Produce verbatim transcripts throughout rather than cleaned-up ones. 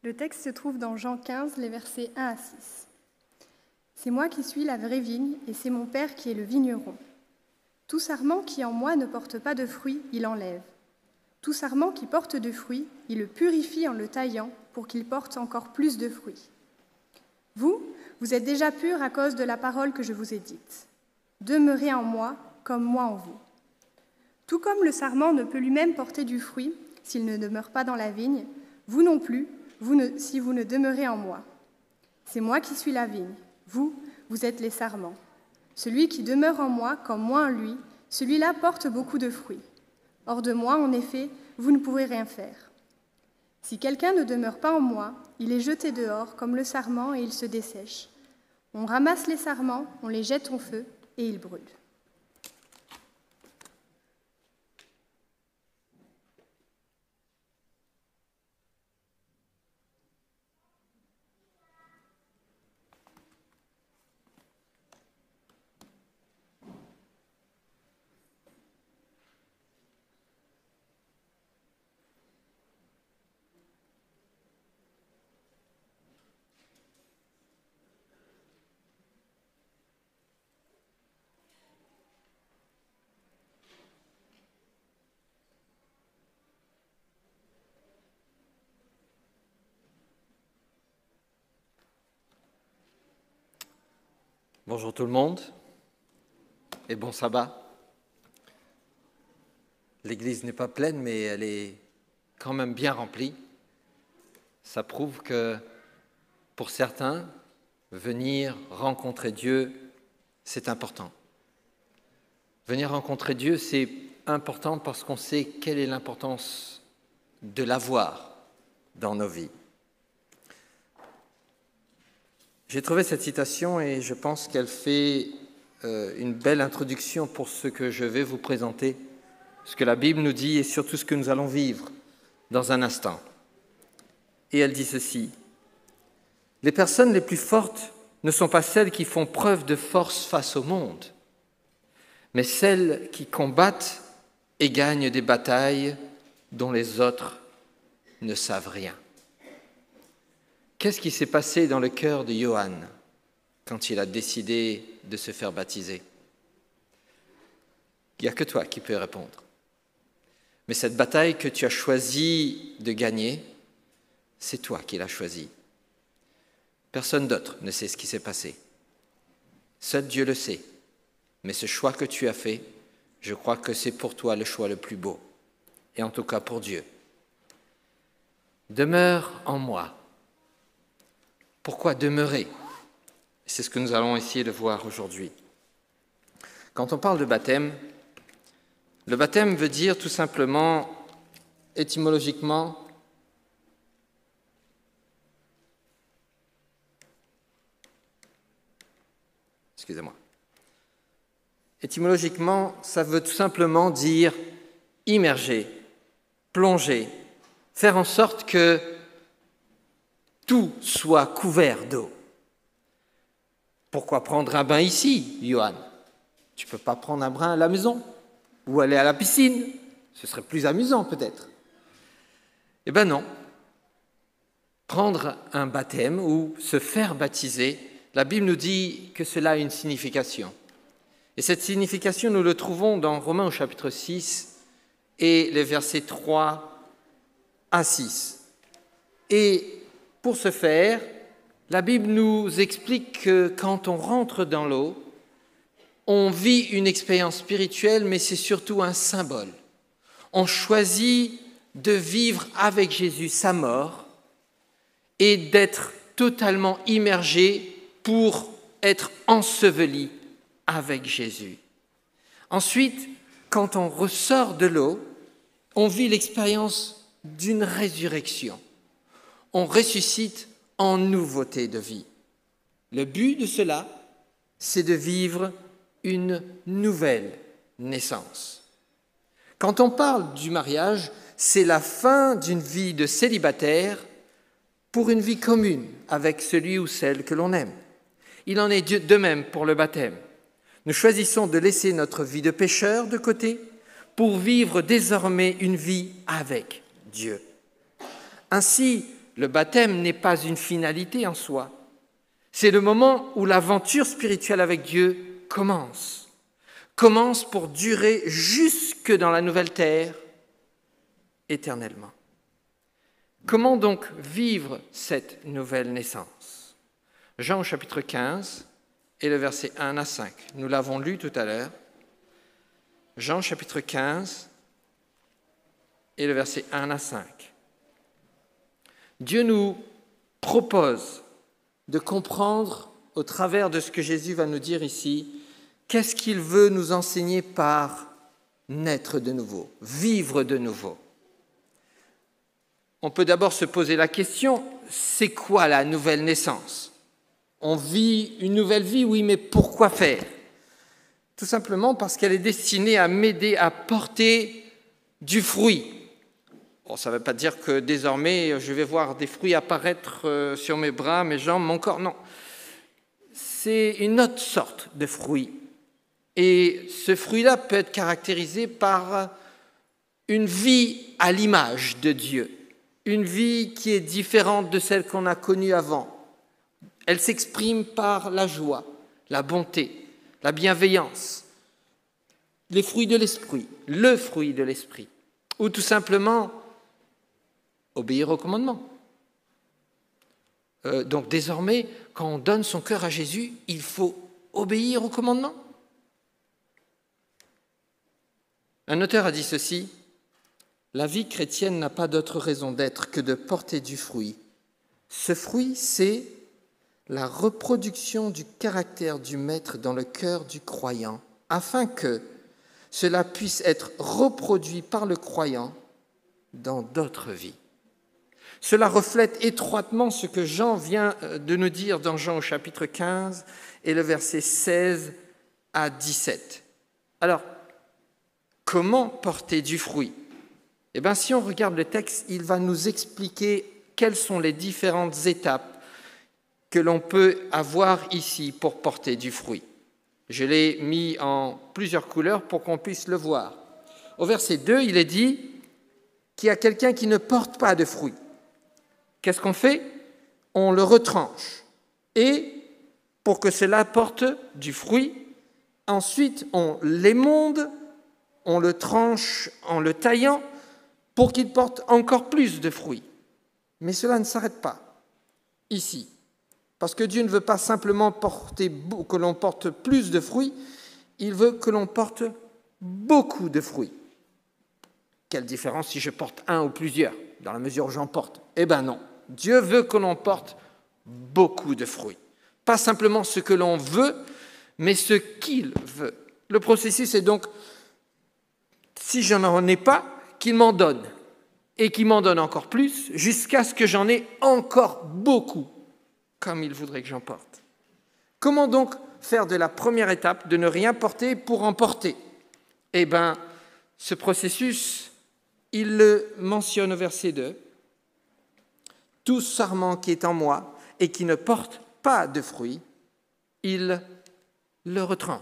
Le texte se trouve dans Jean quinze, les versets un à six. « C'est moi qui suis la vraie vigne, et c'est mon Père qui est le vigneron. Tout sarment qui en moi ne porte pas de fruits, il enlève. Tout sarment qui porte de fruits, il le purifie en le taillant pour qu'il porte encore plus de fruits. Vous, vous êtes déjà purs à cause de la parole que je vous ai dite. Demeurez en moi comme moi en vous. Tout comme le sarment ne peut lui-même porter du fruit s'il ne demeure pas dans la vigne, vous non plus, vous ne, si vous ne demeurez en moi. C'est moi qui suis la vigne, vous, vous êtes les sarments. Celui qui demeure en moi comme moi en lui, celui-là porte beaucoup de fruits. Hors de moi, en effet, vous ne pourrez rien faire. Si quelqu'un ne demeure pas en moi, il est jeté dehors comme le sarment et il se dessèche. On ramasse les sarments, on les jette au feu et ils brûlent. » Bonjour tout le monde et bon sabbat. L'église n'est pas pleine, mais elle est quand même bien remplie. Ça prouve que pour certains, venir rencontrer Dieu, c'est important. Venir rencontrer Dieu, c'est important parce qu'on sait quelle est l'importance de l'avoir dans nos vies. J'ai trouvé cette citation et je pense qu'elle fait euh, une belle introduction pour ce que je vais vous présenter, ce que la Bible nous dit et surtout ce que nous allons vivre dans un instant. Et elle dit ceci: « Les personnes les plus fortes ne sont pas celles qui font preuve de force face au monde, mais celles qui combattent et gagnent des batailles dont les autres ne savent rien. » Qu'est-ce qui s'est passé dans le cœur de Johann quand il a décidé de se faire baptiser? Il n'y a que toi qui peux répondre. Mais cette bataille que tu as choisi de gagner, c'est toi qui l'as choisie. Personne d'autre ne sait ce qui s'est passé. Seul Dieu le sait. Mais ce choix que tu as fait, je crois que c'est pour toi le choix le plus beau. Et en tout cas pour Dieu. Demeure en moi. Pourquoi demeurer? C'est ce que nous allons essayer de voir aujourd'hui. Quand on parle de baptême, le baptême veut dire tout simplement, étymologiquement, excusez-moi, étymologiquement, ça veut tout simplement dire immerger, plonger, faire en sorte que tout soit couvert d'eau. Pourquoi prendre un bain ici, Johann? Tu ne peux pas prendre un bain à la maison ou aller à la piscine. Ce serait plus amusant peut-être. Eh bien non. Prendre un baptême ou se faire baptiser, la Bible nous dit que cela a une signification. Et cette signification, nous le trouvons dans Romains au chapitre six et les versets trois à six. Et pour ce faire, la Bible nous explique que quand on rentre dans l'eau, on vit une expérience spirituelle, mais c'est surtout un symbole. On choisit de vivre avec Jésus sa mort et d'être totalement immergé pour être enseveli avec Jésus. Ensuite, quand on ressort de l'eau, on vit l'expérience d'une résurrection. On ressuscite en nouveauté de vie. Le but de cela, c'est de vivre une nouvelle naissance. Quand on parle du mariage, c'est la fin d'une vie de célibataire pour une vie commune avec celui ou celle que l'on aime. Il en est de même pour le baptême. Nous choisissons de laisser notre vie de pécheur de côté pour vivre désormais une vie avec Dieu. Ainsi, le baptême n'est pas une finalité en soi. C'est le moment où l'aventure spirituelle avec Dieu commence. Commence pour durer jusque dans la nouvelle terre, éternellement. Comment donc vivre cette nouvelle naissance ? Jean au chapitre quinze et le verset un à cinq. Nous l'avons lu tout à l'heure. Jean chapitre quinze et le verset un à cinq. Dieu nous propose de comprendre au travers de ce que Jésus va nous dire ici, qu'est-ce qu'il veut nous enseigner par naître de nouveau, vivre de nouveau. On peut d'abord se poser la question, c'est quoi la nouvelle naissance ? On vit une nouvelle vie, oui, mais pourquoi faire ? Tout simplement parce qu'elle est destinée à m'aider à porter du fruit. Bon, ça ne veut pas dire que désormais, je vais voir des fruits apparaître sur mes bras, mes jambes, mon corps, non. C'est une autre sorte de fruit. Et ce fruit-là peut être caractérisé par une vie à l'image de Dieu. Une vie qui est différente de celle qu'on a connue avant. Elle s'exprime par la joie, la bonté, la bienveillance, les fruits de l'esprit, le fruit de l'esprit, ou tout simplement obéir aux commandements. Euh, donc désormais, quand on donne son cœur à Jésus, il faut obéir aux commandements. Un auteur a dit ceci: la vie chrétienne n'a pas d'autre raison d'être que de porter du fruit. Ce fruit, c'est la reproduction du caractère du Maître dans le cœur du croyant, afin que cela puisse être reproduit par le croyant dans d'autres vies. Cela reflète étroitement ce que Jean vient de nous dire dans Jean au chapitre quinze et le verset seize à dix-sept. Alors, comment porter du fruit ? Eh bien, si on regarde le texte, il va nous expliquer quelles sont les différentes étapes que l'on peut avoir ici pour porter du fruit. Je l'ai mis en plusieurs couleurs pour qu'on puisse le voir. Au verset deux, il est dit qu'il y a quelqu'un qui ne porte pas de fruit. Qu'est-ce qu'on fait ? On le retranche. Et pour que cela porte du fruit, ensuite on l'émonde, on le tranche en le taillant, pour qu'il porte encore plus de fruits. Mais cela ne s'arrête pas ici, parce que Dieu ne veut pas simplement porter, que l'on porte plus de fruits, il veut que l'on porte beaucoup de fruits. Quelle différence si je porte un ou plusieurs, dans la mesure où j'en porte ? Eh bien non, Dieu veut que l'on porte beaucoup de fruits. Pas simplement ce que l'on veut, mais ce qu'il veut. Le processus est donc, si je n'en ai pas, qu'il m'en donne, et qu'il m'en donne encore plus, jusqu'à ce que j'en ai encore beaucoup, comme il voudrait que j'en porte. Comment donc faire de la première étape, de ne rien porter pour en porter ? Eh bien, ce processus, il le mentionne au verset deux. « Tout sarment qui est en moi et qui ne porte pas de fruit, il le retranche. »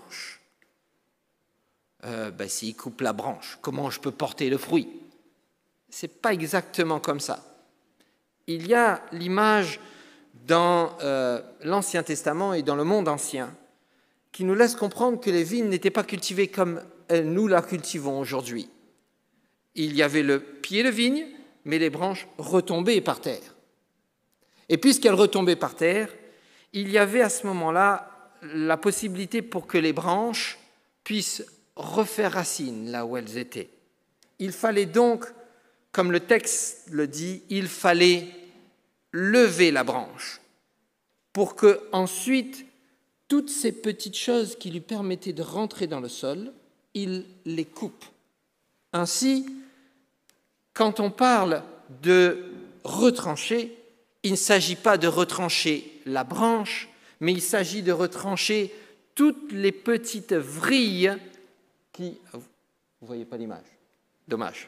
Euh, ben, s'il coupe la branche, comment je peux porter le fruit ? Ce n'est pas exactement comme ça. Il y a l'image dans euh, l'Ancien Testament et dans le monde ancien qui nous laisse comprendre que les vignes n'étaient pas cultivées comme nous la cultivons aujourd'hui. Il y avait le pied de vigne, mais les branches retombaient par terre. Et puisqu'elles retombaient par terre, il y avait à ce moment-là la possibilité pour que les branches puissent refaire racine là où elles étaient. Il fallait donc, comme le texte le dit, il fallait lever la branche pour que ensuite toutes ces petites choses qui lui permettaient de rentrer dans le sol, il les coupe. Ainsi, quand on parle de retrancher, il ne s'agit pas de retrancher la branche, mais il s'agit de retrancher toutes les petites vrilles qui... Vous ne voyez pas l'image ? Dommage.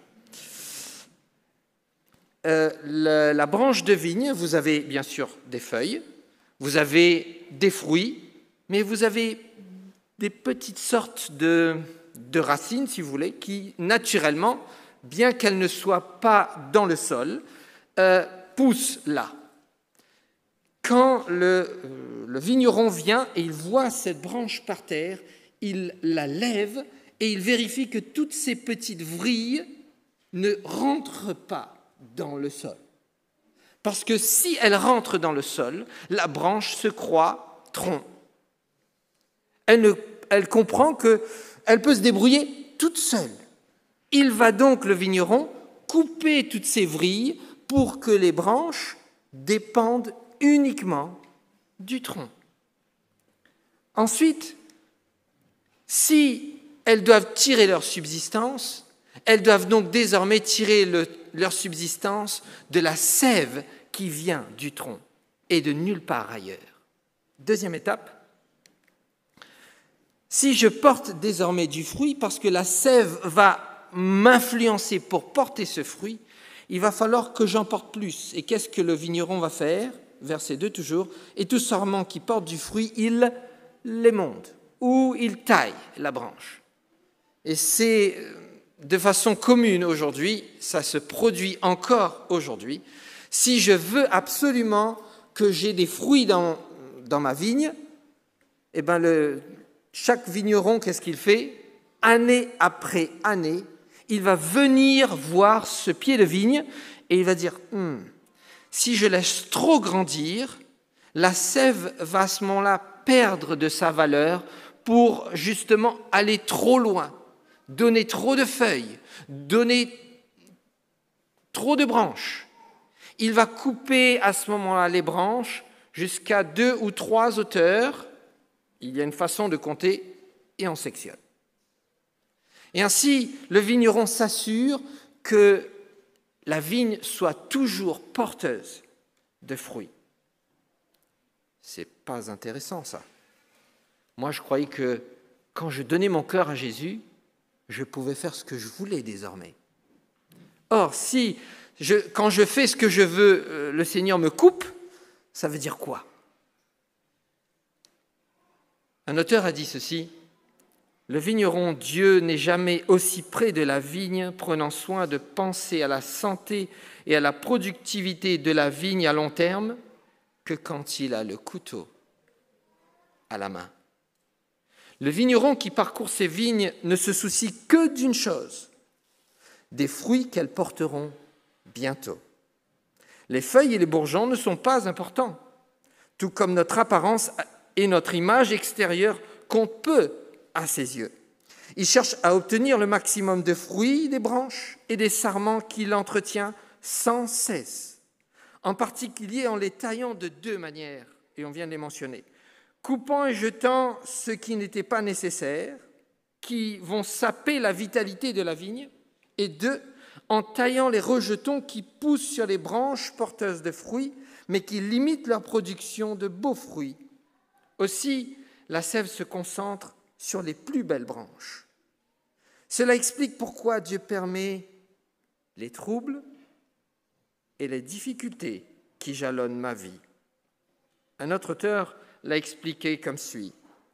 Euh, la, la branche de vigne, vous avez bien sûr des feuilles, vous avez des fruits, mais vous avez des petites sortes de, de racines, si vous voulez, qui, naturellement, bien qu'elles ne soient pas dans le sol, euh, pousse là. Quand le, euh, le vigneron vient et il voit cette branche par terre, il la lève et il vérifie que toutes ces petites vrilles ne rentrent pas dans le sol. Parce que si elles rentrent dans le sol, la branche se croit tronc. Elle, ne, elle comprend qu'elle peut se débrouiller toute seule. Il va donc, le vigneron, couper toutes ces vrilles pour que les branches dépendent uniquement du tronc. Ensuite, si elles doivent tirer leur subsistance, elles doivent donc désormais tirer le, leur subsistance de la sève qui vient du tronc et de nulle part ailleurs. Deuxième étape, si je porte désormais du fruit, parce que la sève va m'influencer pour porter ce fruit, il va falloir que j'en porte plus. Et qu'est-ce que le vigneron va faire ? Verset deux toujours. Et tout sarment qui porte du fruit, il l'émonde, ou il taille la branche. Et c'est de façon commune aujourd'hui, ça se produit encore aujourd'hui. Si je veux absolument que j'ai des fruits dans, dans ma vigne, eh ben le, chaque vigneron, qu'est-ce qu'il fait ? Année après année, il va venir voir ce pied de vigne et il va dire hm, si je laisse trop grandir, la sève va à ce moment-là perdre de sa valeur pour justement aller trop loin, donner trop de feuilles, donner trop de branches. Il va couper à ce moment-là les branches jusqu'à deux ou trois hauteurs. Il y a une façon de compter et on sectionne. Et ainsi, le vigneron s'assure que la vigne soit toujours porteuse de fruits. C'est pas intéressant, ça. Moi, je croyais que quand je donnais mon cœur à Jésus, je pouvais faire ce que je voulais désormais. Or, si je, quand je fais ce que je veux, le Seigneur me coupe, ça veut dire quoi ? Un auteur a dit ceci, « Le vigneron, Dieu, n'est jamais aussi près de la vigne, prenant soin de penser à la santé et à la productivité de la vigne à long terme, que quand il a le couteau à la main. Le vigneron qui parcourt ses vignes ne se soucie que d'une chose, des fruits qu'elles porteront bientôt. Les feuilles et les bourgeons ne sont pas importants, tout comme notre apparence et notre image extérieure comptent peu à ses yeux. Il cherche à obtenir le maximum de fruits des branches et des sarments qu'il entretient sans cesse, en particulier en les taillant de deux manières, et on vient de les mentionner, coupant et jetant ce qui n'était pas nécessaire, qui vont saper la vitalité de la vigne, et deux, en taillant les rejetons qui poussent sur les branches porteuses de fruits, mais qui limitent leur production de beaux fruits. Aussi, la sève se concentre sur les plus belles branches. Cela explique pourquoi Dieu permet les troubles et les difficultés qui jalonnent ma vie. Un autre auteur l'a expliqué comme suit.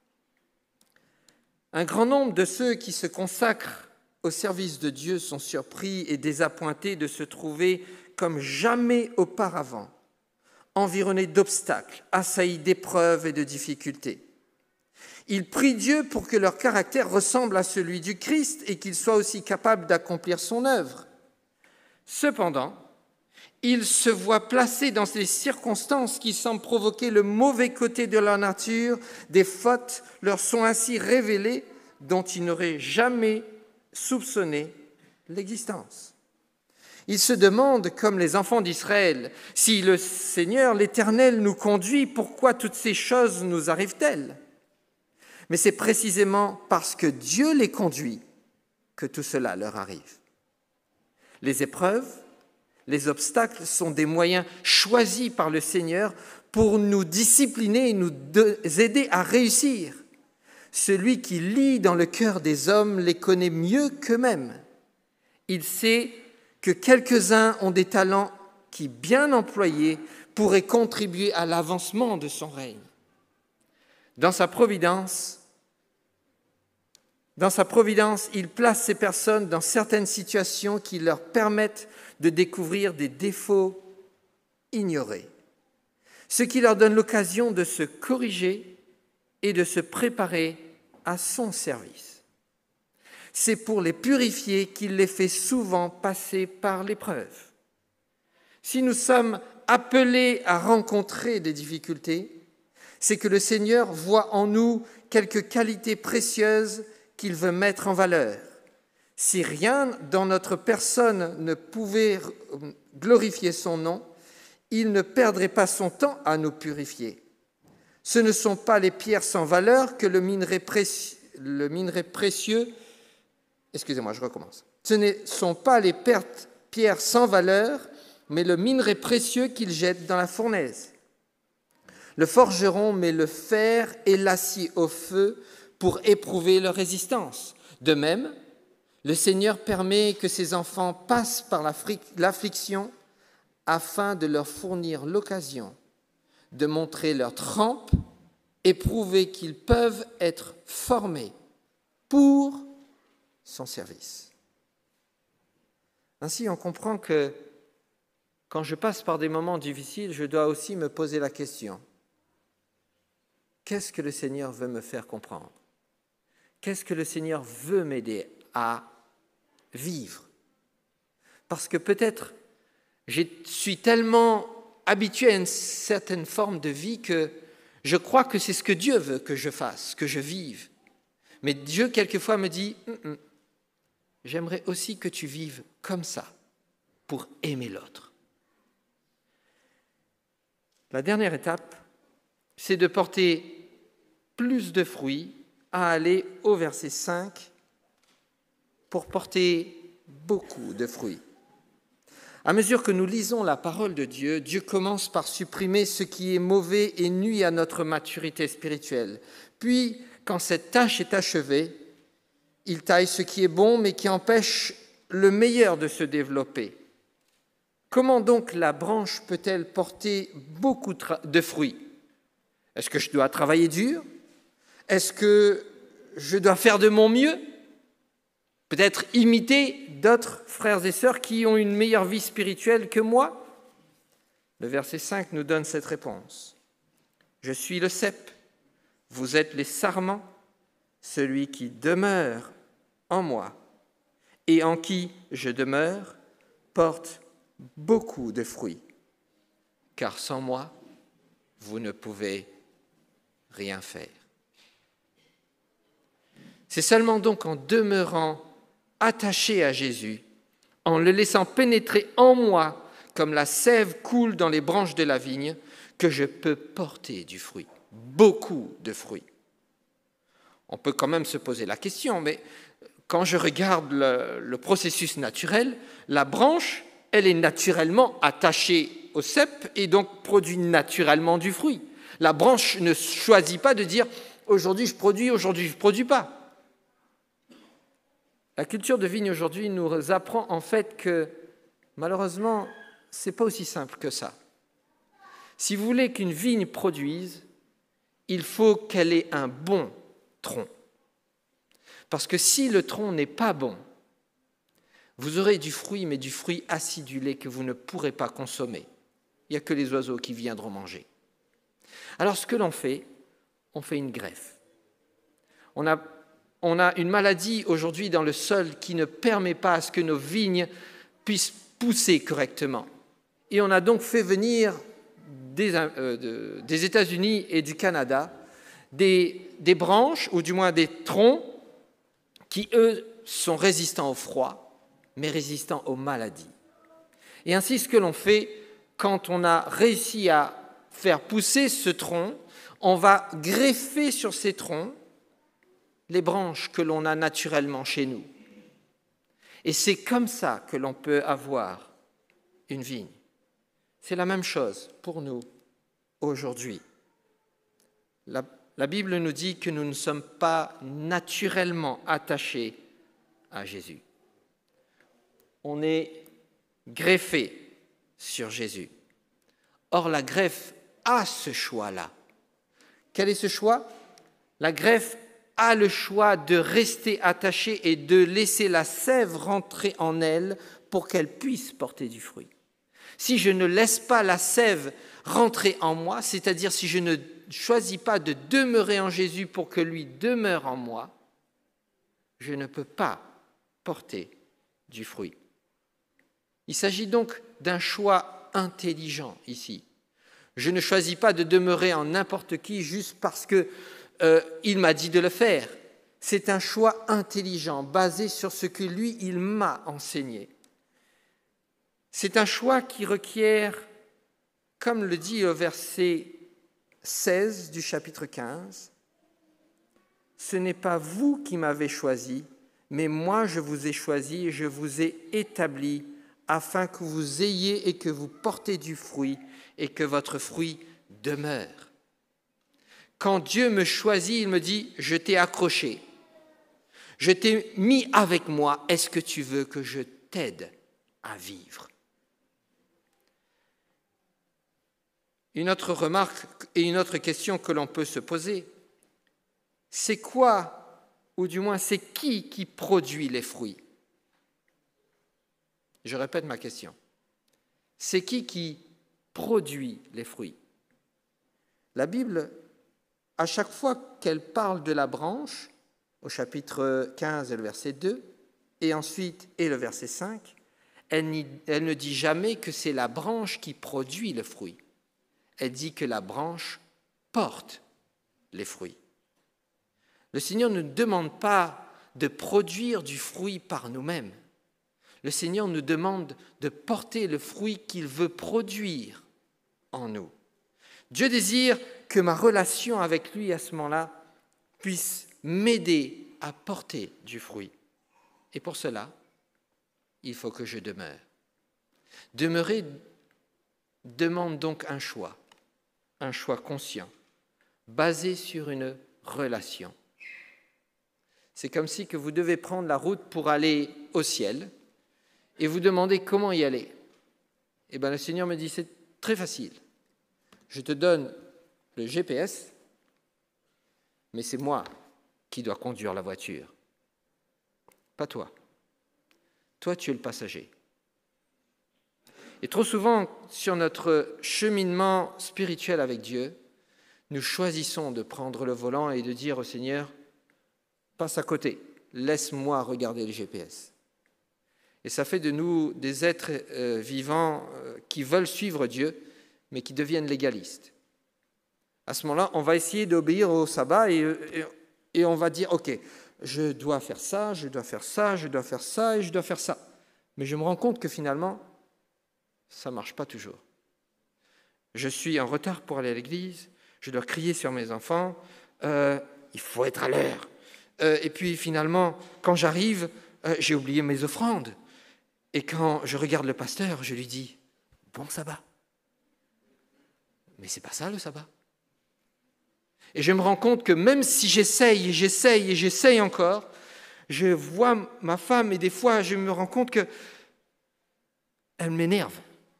Un grand nombre de ceux qui se consacrent au service de Dieu sont surpris et désappointés de se trouver comme jamais auparavant, environnés d'obstacles, assaillis d'épreuves et de difficultés. Ils prient Dieu pour que leur caractère ressemble à celui du Christ et qu'ils soient aussi capables d'accomplir son œuvre. Cependant, ils se voient placés dans des circonstances qui semblent provoquer le mauvais côté de leur nature, des fautes leur sont ainsi révélées dont ils n'auraient jamais soupçonné l'existence. Ils se demandent, comme les enfants d'Israël, si le Seigneur, l'Éternel, nous conduit, pourquoi toutes ces choses nous arrivent-elles ? Mais c'est précisément parce que Dieu les conduit que tout cela leur arrive. Les épreuves, les obstacles sont des moyens choisis par le Seigneur pour nous discipliner et nous aider à réussir. Celui qui lit dans le cœur des hommes les connaît mieux qu'eux-mêmes. Il sait que quelques-uns ont des talents qui, bien employés, pourraient contribuer à l'avancement de son règne. Dans sa providence, dans sa providence, il place ces personnes dans certaines situations qui leur permettent de découvrir des défauts ignorés, ce qui leur donne l'occasion de se corriger et de se préparer à son service. C'est pour les purifier qu'il les fait souvent passer par l'épreuve. Si nous sommes appelés à rencontrer des difficultés, c'est que le Seigneur voit en nous quelques qualités précieuses qu'il veut mettre en valeur. Si rien dans notre personne ne pouvait glorifier son nom, il ne perdrait pas son temps à nous purifier. Ce ne sont pas les pierres sans valeur que le minerai précieux, le minerai précieux excusez-moi, je recommence. Ce ne sont pas les pierres sans valeur, mais le minerai précieux qu'il jette dans la fournaise. Le forgeron met le fer et l'acier au feu pour éprouver leur résistance. De même, le Seigneur permet que ses enfants passent par l'affliction afin de leur fournir l'occasion de montrer leur trempe et prouver qu'ils peuvent être formés pour son service. Ainsi, on comprend que quand je passe par des moments difficiles, je dois aussi me poser la question: qu'est-ce que le Seigneur veut me faire comprendre? Qu'est-ce que le Seigneur veut m'aider à vivre? Parce que peut-être je suis tellement habitué à une certaine forme de vie que je crois que c'est ce que Dieu veut que je fasse, que je vive. Mais Dieu, quelquefois, me dit hum, « J'aimerais aussi que tu vives comme ça, pour aimer l'autre. » La dernière étape, c'est de porter plus de fruits, à aller au verset cinq, pour porter beaucoup de fruits. À mesure que nous lisons la parole de Dieu, Dieu commence par supprimer ce qui est mauvais et nuit à notre maturité spirituelle. Puis, quand cette tâche est achevée, il taille ce qui est bon, mais qui empêche le meilleur de se développer. Comment donc la branche peut-elle porter beaucoup de fruits? Est-ce que je dois travailler dur? Est-ce que je dois faire de mon mieux? Peut-être imiter d'autres frères et sœurs qui ont une meilleure vie spirituelle que moi? Le verset cinq nous donne cette réponse. « Je suis le cep, vous êtes les sarments, celui qui demeure en moi et en qui je demeure porte beaucoup de fruits, car sans moi, vous ne pouvez rien faire. » C'est seulement donc en demeurant attaché à Jésus, en le laissant pénétrer en moi comme la sève coule dans les branches de la vigne, que je peux porter du fruit, beaucoup de fruits. On peut quand même se poser la question, mais quand je regarde le, le processus naturel, la branche, elle est naturellement attachée au cep et donc produit naturellement du fruit. La branche ne choisit pas de dire « aujourd'hui je produis, aujourd'hui je ne produis pas ». La culture de vigne aujourd'hui nous apprend en fait que, malheureusement, ce n'est pas aussi simple que ça. Si vous voulez qu'une vigne produise, il faut qu'elle ait un bon tronc. Parce que si le tronc n'est pas bon, vous aurez du fruit, mais du fruit acidulé que vous ne pourrez pas consommer. Il n'y a que les oiseaux qui viendront manger. Alors ce que l'on fait, on fait une greffe. On a On a une maladie aujourd'hui dans le sol qui ne permet pas à ce que nos vignes puissent pousser correctement. Et on a donc fait venir des, euh, de, des États-Unis et du Canada des, des branches, ou du moins des troncs, qui, eux, sont résistants au froid, mais résistants aux maladies. Et ainsi, ce que l'on fait, quand on a réussi à faire pousser ce tronc, on va greffer sur ces troncs les branches que l'on a naturellement chez nous. Et c'est comme ça que l'on peut avoir une vigne. C'est la même chose pour nous aujourd'hui. La, la Bible nous dit que nous ne sommes pas naturellement attachés à Jésus. On est greffé sur Jésus. Or, la greffe a ce choix-là. Quel est ce choix? La greffe a le choix de rester attachée et de laisser la sève rentrer en elle pour qu'elle puisse porter du fruit. si je ne laisse pas la sève rentrer en moi, c'est-à-dire si je ne choisis pas de demeurer en Jésus pour que lui demeure en moi, je ne peux pas porter du fruit. Il s'agit donc d'un choix intelligent ici. Je ne choisis pas de demeurer en n'importe qui juste parce qu'il euh, m'a dit de le faire. C'est un choix intelligent, basé sur ce que lui, il m'a enseigné. C'est un choix qui requiert, comme le dit au verset seize du chapitre quinze, « Ce n'est pas vous qui m'avez choisi, mais moi je vous ai choisi et je vous ai établi afin que vous ayez et que vous portez du fruit et que votre fruit demeure. » Quand Dieu me choisit, il me dit « Je t'ai accroché, je t'ai mis avec moi, est-ce que tu veux que je t'aide à vivre ?» Une autre remarque et une autre question que l'on peut se poser, c'est quoi, ou du moins c'est qui qui produit les fruits? Je répète ma question. C'est qui qui produit les fruits? La Bible, à chaque fois qu'elle parle de la branche, au chapitre quinze et le verset deux, et ensuite et le verset cinq, elle, elle ne dit jamais que c'est la branche qui produit le fruit. Elle dit que la branche porte les fruits. Le Seigneur ne nous demande pas de produire du fruit par nous-mêmes. Le Seigneur nous demande de porter le fruit qu'il veut produire en nous. Dieu désire que ma relation avec lui à ce moment-là puisse m'aider à porter du fruit. Et pour cela, il faut que je demeure. Demeurer demande donc un choix, un choix conscient, basé sur une relation. C'est comme si que vous devez prendre la route pour aller au ciel et vous demandez comment y aller. Eh bien, le Seigneur me dit, c'est très facile. Je te donne le G P S, mais c'est moi qui dois conduire la voiture, pas toi. Toi, tu es le passager. Et trop souvent, sur notre cheminement spirituel avec Dieu, nous choisissons de prendre le volant et de dire au Seigneur, passe à côté, laisse-moi regarder le G P S. Et ça fait de nous des êtres euh, vivants euh, qui veulent suivre Dieu, mais qui deviennent légalistes. À ce moment-là, on va essayer d'obéir au sabbat et, et, et on va dire, ok, je dois faire ça, je dois faire ça, je dois faire ça et je dois faire ça. Mais je me rends compte que finalement, ça ne marche pas toujours. Je suis en retard pour aller à l'église, je dois crier sur mes enfants, euh, il faut être à l'heure. Euh, et puis finalement, quand j'arrive, euh, j'ai oublié mes offrandes. Et quand je regarde le pasteur, je lui dis, bon sabbat. Mais c'est pas ça le sabbat. Et je me rends compte que même si j'essaye et j'essaye et j'essaye encore, je vois ma femme et des fois je me rends compte qu'elle m'énerve.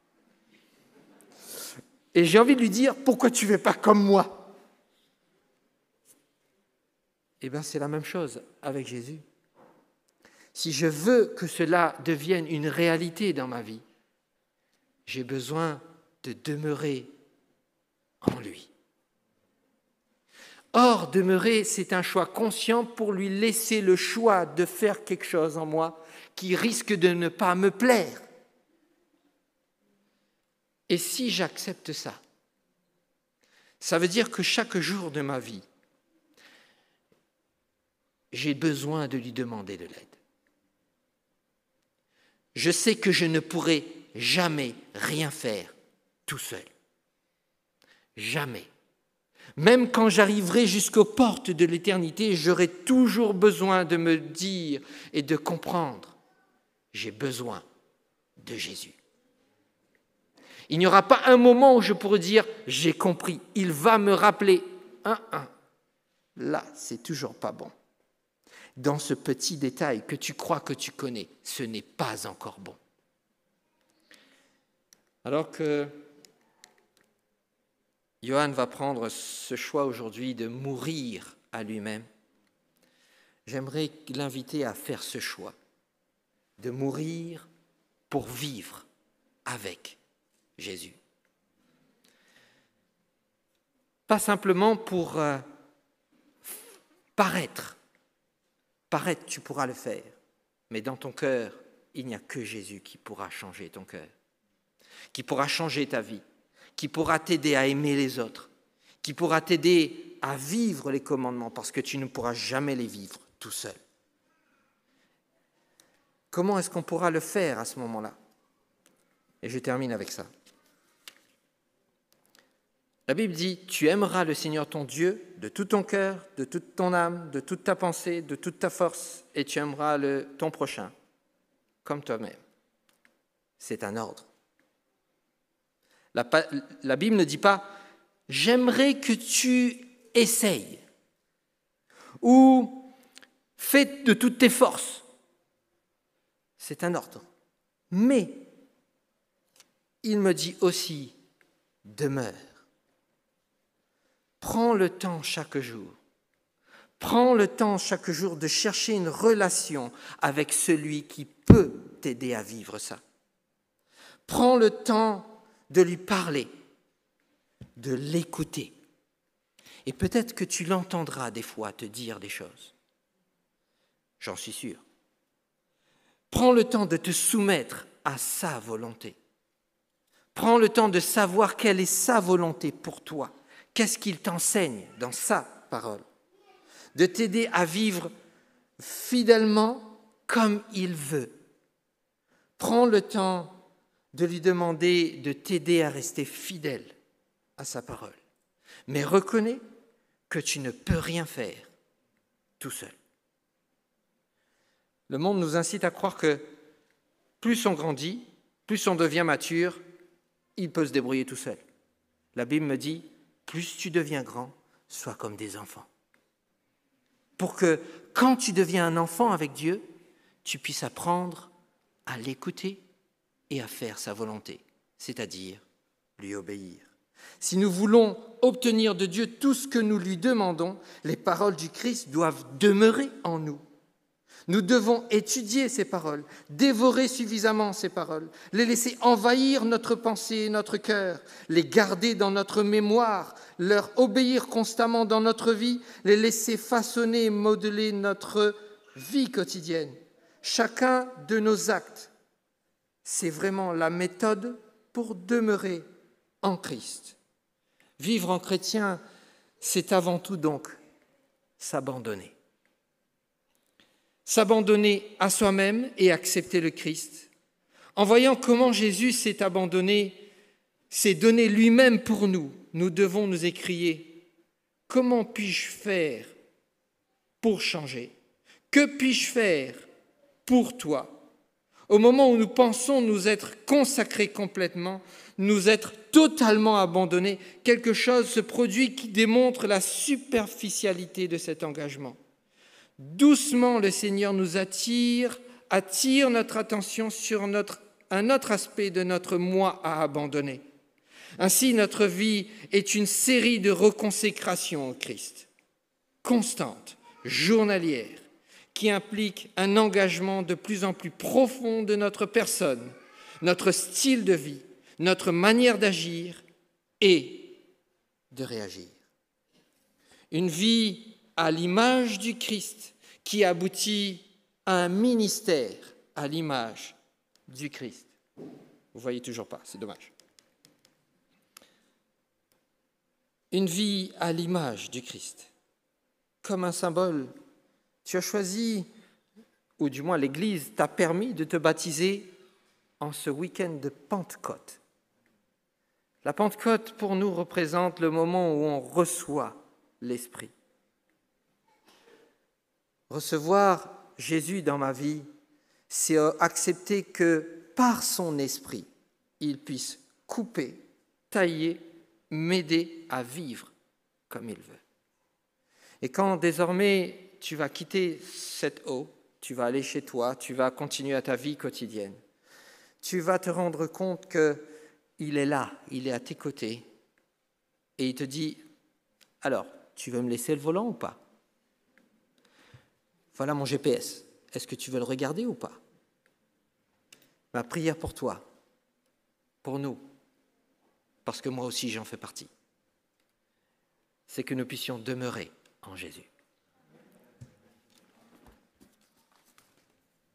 Et j'ai envie de lui dire, pourquoi tu ne fais pas comme moi? Eh bien, c'est la même chose avec Jésus. Si je veux que cela devienne une réalité dans ma vie, j'ai besoin de demeurer en lui. Or, demeurer, c'est un choix conscient pour lui laisser le choix de faire quelque chose en moi qui risque de ne pas me plaire. Et si j'accepte ça, ça veut dire que chaque jour de ma vie, j'ai besoin de lui demander de l'aide. Je sais que je ne pourrai jamais rien faire tout seul. Jamais. Même quand j'arriverai jusqu'aux portes de l'éternité, j'aurai toujours besoin de me dire et de comprendre, j'ai besoin de Jésus. Il n'y aura pas un moment où je pourrai dire, j'ai compris, il va me rappeler un, un. Là, c'est toujours pas bon. Dans ce petit détail que tu crois que tu connais, ce n'est pas encore bon. Alors que Johan va prendre ce choix aujourd'hui de mourir à lui-même, j'aimerais l'inviter à faire ce choix, de mourir pour vivre avec Jésus. Pas simplement pour euh, paraître. Paraître, tu pourras le faire. Mais dans ton cœur, il n'y a que Jésus qui pourra changer ton cœur, qui pourra changer ta vie, qui pourra t'aider à aimer les autres, qui pourra t'aider à vivre les commandements, parce que tu ne pourras jamais les vivre tout seul. Comment est-ce qu'on pourra le faire à ce moment-là? Et je termine avec ça. La Bible dit, tu aimeras le Seigneur ton Dieu de tout ton cœur, de toute ton âme, de toute ta pensée, de toute ta force, et tu aimeras le, ton prochain comme toi-même. C'est un ordre. La, la Bible ne dit pas, j'aimerais que tu essayes, ou fais de toutes tes forces. C'est un ordre. Mais il me dit aussi, demeure. Prends le temps chaque jour. Prends le temps chaque jour de chercher une relation avec celui qui peut t'aider à vivre ça. Prends le temps de lui parler, de l'écouter. Et peut-être que tu l'entendras des fois te dire des choses. J'en suis sûr. Prends le temps de te soumettre à sa volonté. Prends le temps de savoir quelle est sa volonté pour toi. Qu'est-ce qu'il t'enseigne dans sa parole? De t'aider à vivre fidèlement comme il veut. Prends le temps de lui demander de t'aider à rester fidèle à sa parole. Mais reconnais que tu ne peux rien faire tout seul. Le monde nous incite à croire que plus on grandit, plus on devient mature, il peut se débrouiller tout seul. La Bible me dit, plus tu deviens grand, sois comme des enfants. Pour que, quand tu deviens un enfant avec Dieu, tu puisses apprendre à l'écouter et à faire sa volonté, c'est-à-dire lui obéir. Si nous voulons obtenir de Dieu tout ce que nous lui demandons, les paroles du Christ doivent demeurer en nous. Nous devons étudier ces paroles, dévorer suffisamment ces paroles, les laisser envahir notre pensée et notre cœur, les garder dans notre mémoire, leur obéir constamment dans notre vie, les laisser façonner et modeler notre vie quotidienne. Chacun de nos actes, c'est vraiment la méthode pour demeurer en Christ. Vivre en chrétien, c'est avant tout donc s'abandonner. S'abandonner à soi-même et accepter le Christ. En voyant comment Jésus s'est abandonné, s'est donné lui-même pour nous, nous devons nous écrier « Comment puis-je faire pour changer? Que puis-je faire pour toi ?» Au moment où nous pensons nous être consacrés complètement, nous être totalement abandonnés, quelque chose se produit qui démontre la superficialité de cet engagement. Doucement, le Seigneur nous attire, attire notre attention sur notre, un autre aspect de notre moi à abandonner. Ainsi, notre vie est une série de reconsécrations au Christ, constante, journalière, qui implique un engagement de plus en plus profond de notre personne, notre style de vie, notre manière d'agir et de réagir. Une vie à l'image du Christ qui aboutit à un ministère à l'image du Christ. Vous ne voyez toujours pas, c'est dommage. Une vie à l'image du Christ, comme un symbole. Tu as choisi, ou du moins l'Église t'a permis de te baptiser en ce week-end de Pentecôte. La Pentecôte, pour nous, représente le moment où on reçoit l'Esprit. Recevoir Jésus dans ma vie, c'est accepter que par son Esprit, il puisse couper, tailler, m'aider à vivre comme il veut. Et quand désormais tu vas quitter cette eau, tu vas aller chez toi, tu vas continuer à ta vie quotidienne, tu vas te rendre compte qu'il est là, il est à tes côtés, et il te dit, alors, tu veux me laisser le volant ou pas? Voilà mon G P S, est-ce que tu veux le regarder ou pas? Ma prière pour toi, pour nous, parce que moi aussi j'en fais partie, c'est que nous puissions demeurer en Jésus.